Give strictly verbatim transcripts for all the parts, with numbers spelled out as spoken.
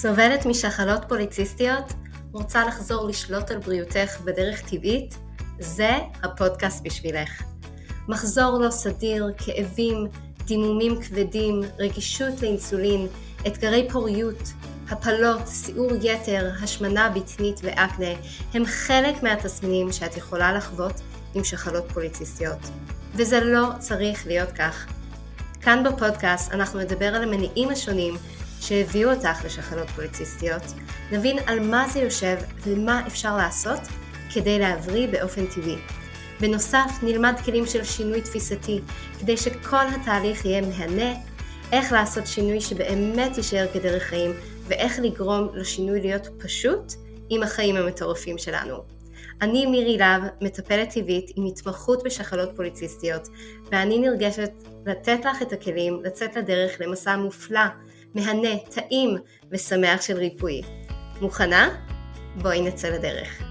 סובלת משחלות פוליציסטיות? רוצה לחזור לשלוט על בריאותך בדרך טבעית? זה הפודקאסט בשבילך. מחזור לא סדיר, כאבים, דימומים כבדים, רגישות לאינסולין, אתגרי פוריות, הפלות, סיעור יתר, השמנה בטנית ואקנה הם חלק מהתסמינים שאת יכולה לחוות עם שחלות פוליציסטיות. וזה לא צריך להיות כך. כאן בפודקאסט אנחנו נדבר על המניעים השונים שהביאו אותך לשחלות פוליציסטיות, נבין על מה זה יושב ומה אפשר לעשות כדי להבריא באופן טבעי. בנוסף נלמד כלים של שינוי תפיסתי כדי שכל התהליך יהיה מהנה, איך לעשות שינוי שבאמת יישאר כדרך חיים ואיך לגרום לשינוי להיות פשוט עם החיים המטורפים שלנו. אני מירי לב, מטפלת טבעית עם התמחות בשחלות פוליציסטיות, ואני נרגשת לתת לך את הכלים לצאת לדרך למסע מופלא, מהנה, טעים ושמח של ריפוי. מוכנה? בואי נצא לדרך.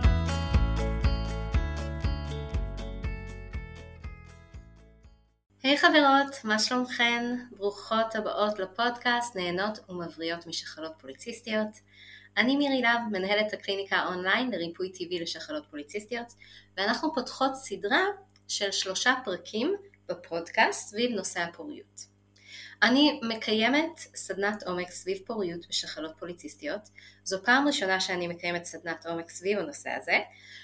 היי hey חברות, מה שלומכן? ברוכות הבאות לפודקאסט נהנות ומבריות משחלות פוליציסטיות. אני מירי לב, מנהלת הקליניקה האונליין לריפוי טבעי לשחלות פוליציסטיות, ואנחנו פותחות סדרה של שלושה פרקים בפודקאסט סביב נושא הפוריות. אני מקיימת סדנת עומק סביב פוריות ושחלות פוליציסטיות. זו פעם ראשונה שאני מקיימת סדנת עומק סביב הנושא הזה,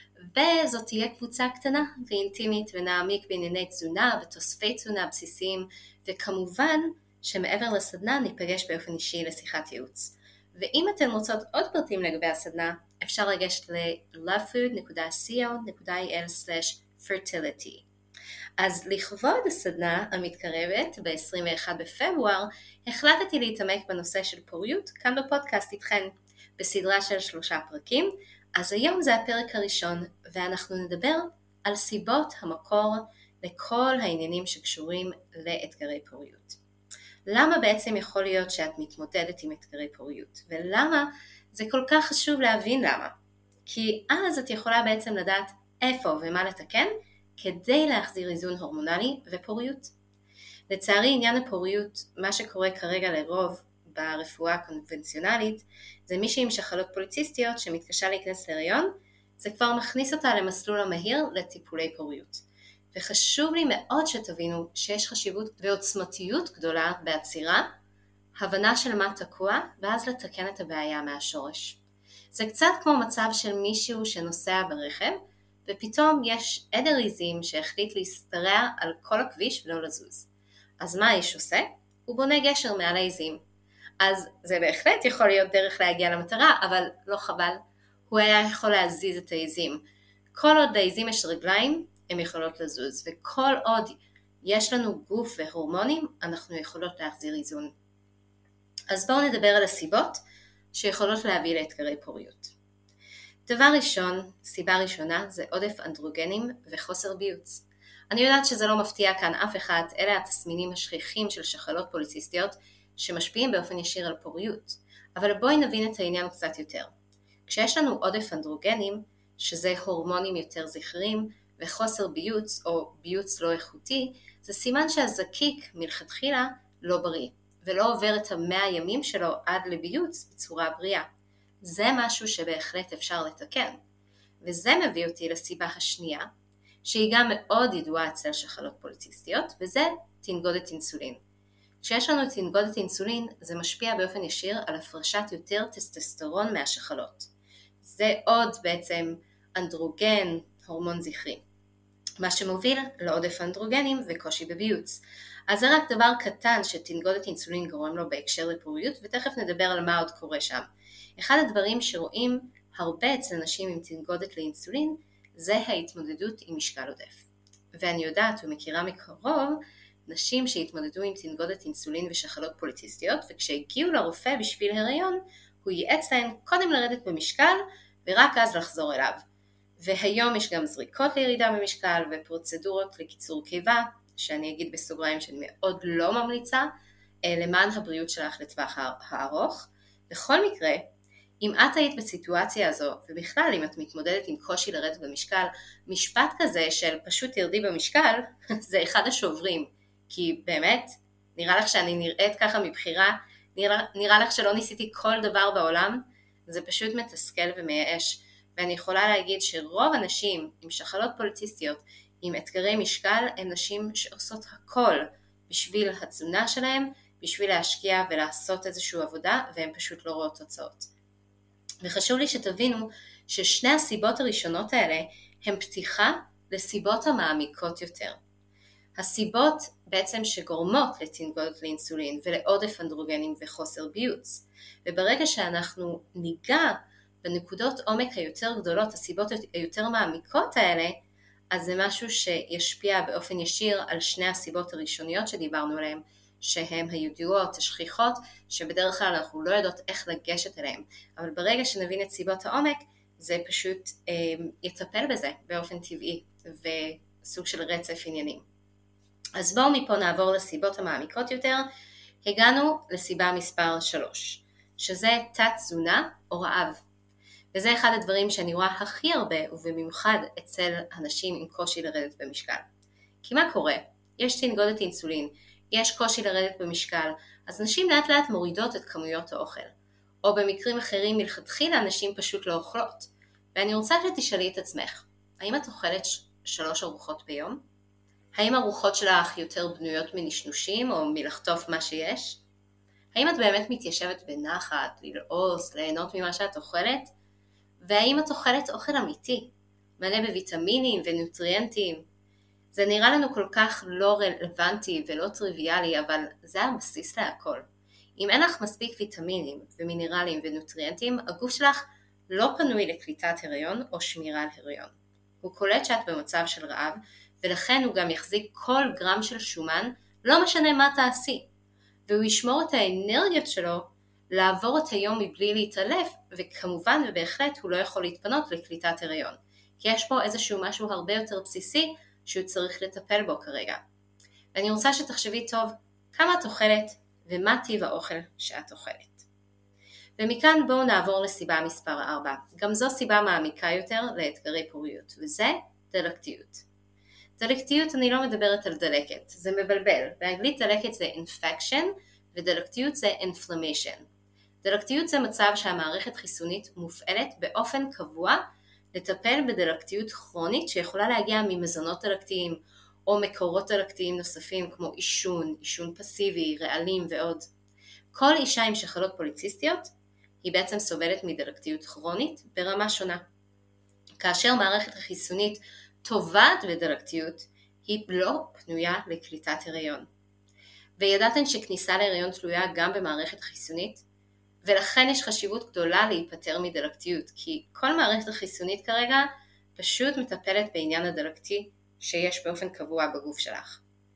וזאת תהיה קבוצה קטנה ואינטימית ונעמיק בענייני תזונה ותוספי תזונה בסיסיים, וכמובן שמעבר לסדנה ניפגש באופן אישי לשיחת ייעוץ. ואם אתן רוצות עוד פרטים לגבי הסדנה, אפשר לגשת ל-lovefood דוט co דוט il סלש fertility. אז לכבוד הסדנה המתקרבת ב-עשרים ואחד בפברואר, החלטתי להתעמק בנושא של פוריות כאן בפודקאסט איתכן, בסדרה של שלושה פרקים. אז היום זה הפרק הראשון, ואנחנו נדבר על סיבות המקור לכל העניינים שקשורים לאתגרי פוריות. למה בעצם יכול להיות שאת מתמודדת עם אתגרי פוריות? ולמה זה כל כך חשוב להבין למה? כי אז את יכולה בעצם לדעת איפה ומה לתקן, כדי להחזיר איזון הורמונלי ופוריות. לצערי עניין הפוריות, מה שקורה כרגע לרוב ברפואה הקונבנציונלית, זה מישהי עם שחלות פוליציסטיות שמתקשה להיכנס להיריון, זה כבר מכניס אותה למסלול המהיר לטיפולי פוריות. וחשוב לי מאוד שתבינו שיש חשיבות ועוצמתיות גדולה בעצירה, הבנה של מה תקוע, ואז לתקן את הבעיה מהשורש. זה קצת כמו מצב של מישהו שנוסע ברכב, ופתאום יש עדר עיזים שהחליט להסתרע על כל הכביש ולא לזוז. אז מה האיש עושה? הוא בונה גשר מעל העיזים. אז זה בהחלט יכול להיות דרך להגיע למטרה, אבל לא חבל. הוא היה יכול להזיז את העיזים. כל עוד לעיזים יש רגליים, הן יכולות לזוז, וכל עוד יש לנו גוף והורמונים, אנחנו יכולות להחזיר איזון. אז בואו נדבר על הסיבות שיכולות להביא לאתגרי פוריות. דבר ראשון, סיבה ראשונה, זה עודף אנדרוגנים וחוסר ביוץ. אני יודעת שזה לא מפתיע כאן אף אחד, אלה התסמינים השכיחים של שחלות פוליציסטיות שמשפיעים באופן ישיר על פוריות. אבל בואי נבין את העניין קצת יותר. כשיש לנו עודף אנדרוגנים, שזה הורמונים יותר זכרים, וחוסר ביוץ או ביוץ לא איכותי, זה סימן שהזקיק מלכתחילה לא בריא, ולא עובר את המאה ימים שלו עד לביוץ בצורה בריאה. זה משהו שבהחלט אפשר לתקן. וזה מביא אותי לסיבה השנייה, שהיא גם מאוד ידועה אצל שחלות פוליציסטיות, וזה תנגודת אינסולין. כשיש לנו תנגודת אינסולין, זה משפיע באופן ישיר על הפרשת יותר טסטוסטרון מהשחלות. זה עוד בעצם אנדרוגן, הורמון זכרי. מה שמוביל לעודף אנדרוגנים וקושי בביוץ. אז זה רק דבר קטן שתנגודת אינסולין גורם לו בהקשר לפוריות, ותכף נדבר על מה עוד קורה שם. אחד הדברים שרואים הרבה אצל נשים עם תנגודת לאינסולין, זה ההתמודדות עם משקל עודף. ואני יודעת ומכירה מקרוב נשים שהתמודדו עם תנגודת אינסולין ושחלות פוליציסטיות, וכשהגיעו לרופא בשביל הריון, הוא ייעץ להן קודם לרדת במשקל, ורק אז לחזור אליו. והיום יש גם זריקות לירידה במשקל ופרוצדורות לקיצור קיבה, שאני אגיד בסוגריים שאני מאוד לא ממליצה, למען הבריאות שלך לטווח הארוך. בכל מקרה, אם את היית בסיטואציה הזו, ובכלל אם את מתמודדת עם קושי לרדת במשקל, משפט כזה של פשוט תרדי במשקל, זה אחד השוברים, כי באמת, נראה לך שאני נראית ככה מבחירה נראה, נראה לך שלא ניסיתי כל דבר בעולם? זה פשוט מתסכל ומייאש, ואני יכולה להגיד שרוב הנשים עם שחלות פוליציסטיות, עם אתגרי משקל, הן נשים שעושות הכל בשביל התזונה שלהם, בשביל להשקיע ולעשות איזושהי עבודה, והן פשוט לא רואות תוצאות. וחשוב לי שתבינו ששני הסיבות הראשונות האלה הן פתיחה לסיבות המעמיקות יותר. הסיבות בעצם שגורמות לתנגודת לאינסולין ולעודף אנדרוגנים וחוסר ביוץ. וברגע שאנחנו ניגע בנקודות עומק היותר גדולות, הסיבות היותר מעמיקות האלה, אז זה משהו שישפיע באופן ישיר על שני הסיבות הראשוניות שדיברנו עליהן, שהן הידועות, השכיחות, שבדרך כלל אנחנו לא יודעות איך לגשת אליהן. אבל ברגע שנבין את סיבות העומק, זה פשוט אה, יטפל בזה באופן טבעי וסוג של רצף עניינים. אז בואו מפה נעבור לסיבות המעמיקות יותר. הגענו לסיבה מספר שלוש, שזה תת תזונה או רעב. וזה אחד הדברים שאני רואה הכי הרבה, ובמיוחד אצל אנשים עם קושי לרדת במשקל. כי מה קורה? יש תנגודת אינסולין, יש קושי לרדת במשקל, אז נשים לאט לאט מורידות את כמויות האוכל. או במקרים אחרים מלכתחילה נשים פשוט לא אוכלות. ואני רוצה שתשאלי את עצמך, האם את אוכלת שלוש ארוחות ביום? האם ארוחות שלך יותר בנויות מנשנושים או מלחטוף מה שיש? האם את באמת מתיישבת בנחת, ללעוס, ליהנות ממה שאת אוכלת? והאם את אוכלת אוכל אמיתי, מלא בוויטמינים ונוטריאנטים? זה נראה לנו כל כך לא רלוונטי ולא טריוויאלי, אבל זה הבסיס להכל. אם אין לך מספיק ויטמינים ומינרלים ונוטריאנטים, הגוף שלך לא פנוי לקליטת הריון או שמירה על הריון. הוא קולט שאת במצב של רעב, ולכן הוא גם יחזיק כל גרם של שומן, לא משנה מה תעשי. והוא ישמור את האנרגיות שלו לעבור את היום מבלי להתעלף, וכמובן ובהחלט הוא לא יכול להתפנות לקליטת הריון. כי יש פה איזשהו משהו הרבה יותר בסיסי שהוא צריך לטפל בו כרגע. ואני רוצה שתחשבי טוב כמה את אוכלת ומה טיב האוכל שאת אוכלת. ומכאן בואו נעבור לסיבה מספר ארבע. גם זו סיבה מעמיקה יותר לאתגרי פוריות, וזה דלקתיות. דלקתיות אני לא מדברת על דלקת, זה מבלבל. באנגלית דלקת זה infection ודלקתיות זה inflammation. דלקתיות זה מצב שהמערכת חיסונית מופעלת באופן קבוע לטפל בדלקתיות כרונית שיכולה להגיע ממזונות דלקתיים או מקורות דלקתיים נוספים כמו עישון, עישון פסיבי, רעלים ועוד. כל אישה עם שחלות פוליציסטיות היא בעצם סובלת מדלקתיות כרונית ברמה שונה. כאשר מערכת החיסונית טובעת בדלקתיות, היא לא פנויה לקליטת הריון. וידעתן שכניסה להריון תלויה גם במערכת החיסונית, ולכן יש חשיבות גדולה להיפטר מדלקתיות, כי כל מערכת החיסונית כרגע פשוט מטפלת בעניין הדלקתי שיש באופן קבוע בגוף שלך.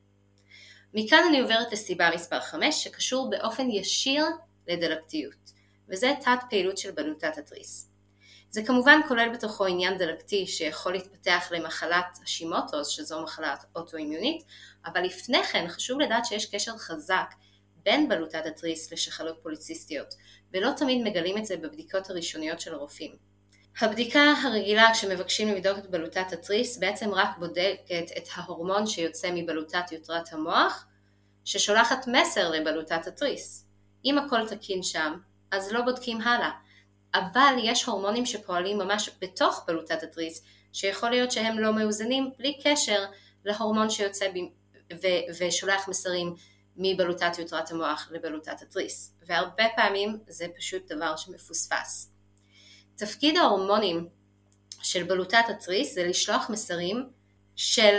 מכאן אני עוברת לסיבה מספר חמש שקשור באופן ישיר לדלקתיות, וזה תת פעילות של בלוטת התריס. זה כמובן כולל בתוכו עניין דלקתי שיכול להתפתח למחלת השימוטוס, שזו מחלת אוטואימיונית, אבל לפני כן חשוב לדעת שיש קשר חזק בין בלוטת התריס לשחלות פוליציסטיות, ולא תמיד מגלים את זה בבדיקות הראשוניות של הרופאים. הבדיקה הרגילה כשמבקשים לבדוק את בלוטת התריס בעצם רק בודקת את ההורמון שיוצא מבלוטת יותרת המוח, ששולחת מסר לבלוטת התריס. אם הכל תקין שם, אז לא בודקים הלאה. אבל יש הורמונים שפועלים ממש בתוך בלוטת התריס, שיכול להיות שהם לא מאוזנים בלי קשר להורמון שיוצא ב- ו- ושולח מסרים מבלוטת יותרת המוח לבלוטת התריס. והרבה פעמים זה פשוט דבר שמפוספס. תפקיד ההורמונים של בלוטת התריס זה לשלוח מסרים של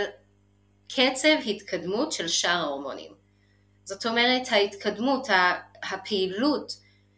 קצב התקדמות של שאר ההורמונים. זאת אומרת, ההתקדמות, הפעילות,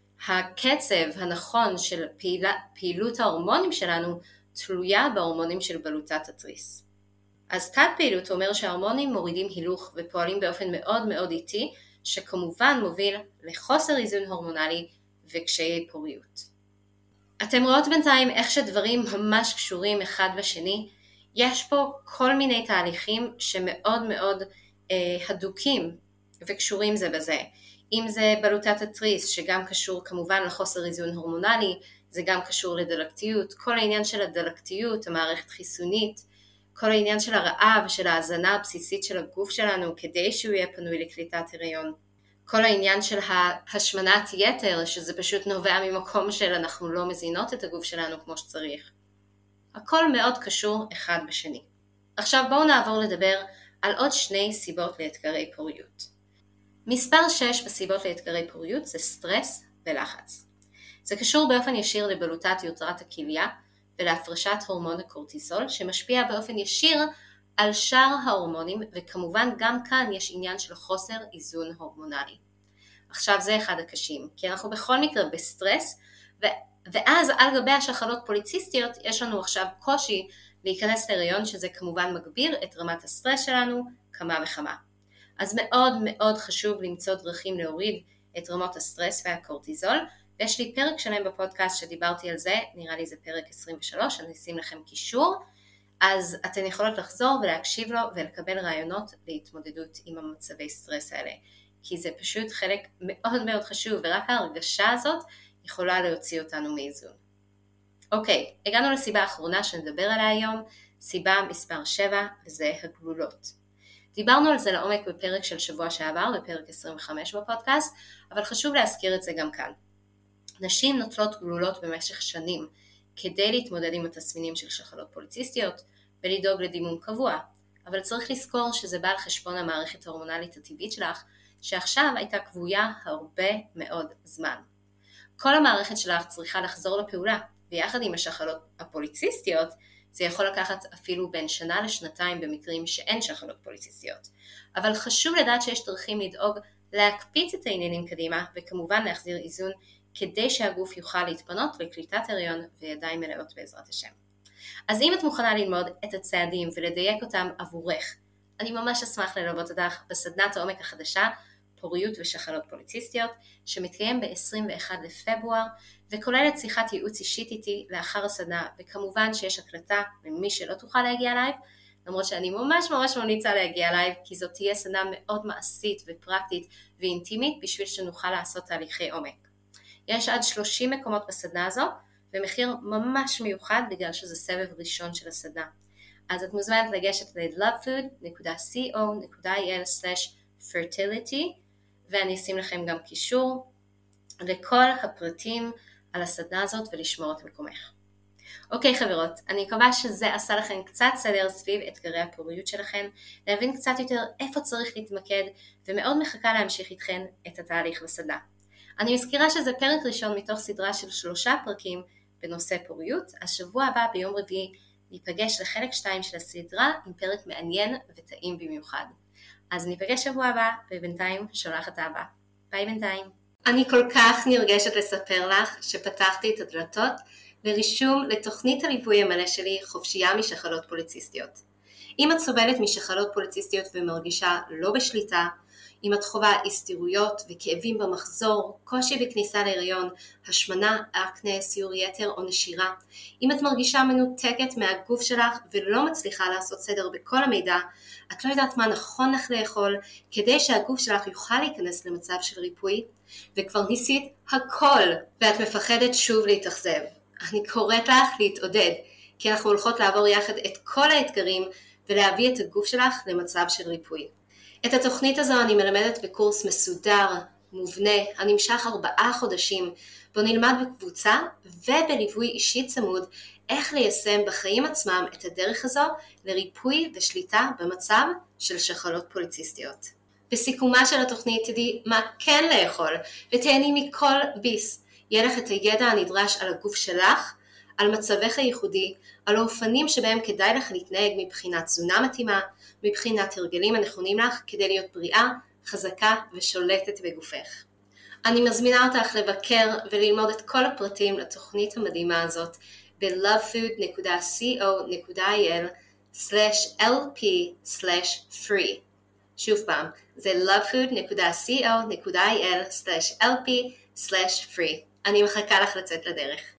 הקצב הנכון של פעילה, פעילות ההורמונים שלנו תלויה בהורמונים של בלוטת התריס. אז תת פעילות אומר שההורמונים מורידים הילוך ופועלים באופן מאוד מאוד איטי, שכמובן מוביל לחוסר איזון הורמונלי וקשיי פוריות. אתם רואות בינתיים איך שדברים ממש קשורים אחד בשני. יש פה כל מיני תהליכים שמאוד מאוד אה, הדוקים וקשורים זה בזה. אם זה בלוטת התריס שגם קשור כמובן לחוסר איזון הורמונלי, זה גם קשור לדלקתיות, כל העניין של הדלקתיות, המערכת חיסונית, כל העניין של הרעב, של ההזנה הבסיסית של הגוף שלנו כדי שהוא יהיה פנוי לקליטת הריון. כל העניין של ההשמנת יתר, שזה פשוט נובע ממקום של אנחנו לא מזינות את הגוף שלנו כמו שצריך. הכל מאוד קשור אחד בשני. עכשיו בואו נעבור לדבר על עוד שני סיבות לאתגרי פוריות. מספר שש בסיבות לאתגרי פוריות זה סטרס ולחץ. זה קשור באופן ישיר לבלוטת יותרת הכליה ולהפרשת הורמון הקורטיזול, שמשפיע באופן ישיר על שאר ההורמונים, וכמובן גם כאן יש עניין של חוסר איזון הורמונלי. עכשיו זה אחד הקשים, כי אנחנו בכל מקרה בסטרס, ו- ואז על גבי השחלות פוליציסטיות יש לנו עכשיו קושי להיכנס להיריון, שזה כמובן מגביר את רמת הסטרס שלנו כמה וכמה. אז מאוד מאוד חשוב למצוא דרכים להוריד את רמות הסטרס והקורטיזול, ויש לי פרק שלם בפודקאסט שדיברתי על זה, נראה לי זה פרק עשרים ושלוש, אני אשים לכם קישור, אז אתן יכולות לחזור ולהקשיב לו ולקבל רעיונות להתמודדות עם המצבי סטרס האלה, כי זה פשוט חלק מאוד מאוד חשוב, ורק ההרגשה הזאת יכולה להוציא אותנו מאיזון. אוקיי, הגענו לסיבה האחרונה שנדבר עליה היום, סיבה מספר שבע, וזה הגלולות. דיברנו על זה לעומק בפרק של שבוע שעבר, בפרק עשרים וחמש בפודקאסט, אבל חשוב להזכיר את זה גם כאן. נשים נוטלות גלולות במשך שנים, כדי להתמודד עם התסמינים של שחלות פוליציסטיות, ולדאוג לדימום קבוע, אבל צריך לזכור שזה בא על חשבון המערכת ההורמונלית הטבעית שלך, שעכשיו הייתה קבויה הרבה מאוד זמן. כל המערכת שלך צריכה לחזור לפעולה, ויחד עם השחלות הפוליציסטיות, זה יכול לקחת אפילו בין שנה לשנתיים במקרים שאין שחלות פוליציסטיות. אבל חשוב לדעת שיש דרכים לדאוג להקפיץ את העניינים קדימה, וכמובן להחזיר איזון, כדי שהגוף יוכל להתפנות לקליטת הריון וידיים מלאות בעזרת השם. אז אם את מוכנה ללמוד את הצעדים ולדייק אותם עבורך, אני ממש אשמח ללוות אותך בסדנת העומק החדשה, פוריות ושחלות פוליציסטיות, שמתקיים ב-עשרים ואחד לפברואר, וכוללת שיחת ייעוץ אישית איתי לאחר הסדנה, וכמובן שיש הקלטה למי שלא תוכל להגיע לייב, למרות שאני ממש ממש ממליצה להגיע לייב, כי זאת תהיה סדנה מאוד מעשית ופרקטית ואינטימית, בשביל שנוכל לעשות תהליכי עומק. יש עד שלושים מקומות בסדנה הזו, ומחיר ממש מיוחד בגלל שזה סבב ראשון של הסדנה. אז את מוזמנת לגשת ל-lovefood דוט קו דוט איי אל סלש fertility, ואני אשים לכם גם קישור לכל הפרטים על הסדנה הזאת ולשמור את מקומך. אוקיי חברות, אני מקווה שזה עשה לכם קצת סדר סביב אתגרי הפוריות שלכם, להבין קצת יותר איפה צריך להתמקד, ומאוד מחכה להמשיך איתכן את התהליך בסדנה. אני מזכירה שזה פרק ראשון מתוך סדרה של שלושה פרקים בנושא פוריות. השבוע הבא ביום רביעי ניפגש לחלק שתיים של הסדרה עם פרק מעניין וטעים במיוחד. אז ניפגש שבוע הבא, ובינתיים שולחת אהבה. ביי בינתיים. אני כל כך נרגשת לספר לך שפתחתי את הדלתות לרישום לתוכנית הליווי המלא שלי, חופשייה משחלות פוליציסטיות. אם את סובלת משחלות פוליציסטיות ומרגישה לא בשליטה, אם את חווה הסתירויות וכאבים במחזור, קושי בכניסה להיריון, השמנה, אקנה, סיור יתר או נשירה, אם את מרגישה מנותקת מהגוף שלך ולא מצליחה לעשות סדר בכל המידע, את לא יודעת מה נכון לך לאכול כדי שהגוף שלך יוכל להיכנס למצב של ריפוי, וכבר ניסית הכל ואת מפחדת שוב להתאכזב. אני קוראת לך להתעודד, כי אנחנו הולכות לעבור יחד את כל האתגרים ולהביא את הגוף שלך למצב של ריפוי. את התוכנית הזו אני מלמדת בקורס מסודר, מובנה, הנמשך ארבעה חודשים, בו נלמד בקבוצה ובליווי אישי צמוד איך ליישם בחיים עצמם את הדרך הזו לריפוי ושליטה במצב של שחלות פוליציסטיות. בסיכומה של התוכנית תדעי מה כן לאכול ותהני מכל ביס. יהיה לך את הידע הנדרש על הגוף שלך, על מצבך הייחודי, על האופנים שבהם כדאי לך להתנהג מבחינת תזונה מתאימה, מבחינת הרגלים הנכונים לך כדי להיות בריאה, חזקה ושולטת בגופך. אני מזמינה אותך לבקר וללמוד את כל הפרטים לתוכנית המדהימה הזאת ב-lovefood דוט קו דוט איי אל סלש אל פי סלש פרי. שוב פעם, זה lovefood דוט קו דוט איי אל סלש אל פי סלש פרי. אני מחכה לך לצאת לדרך.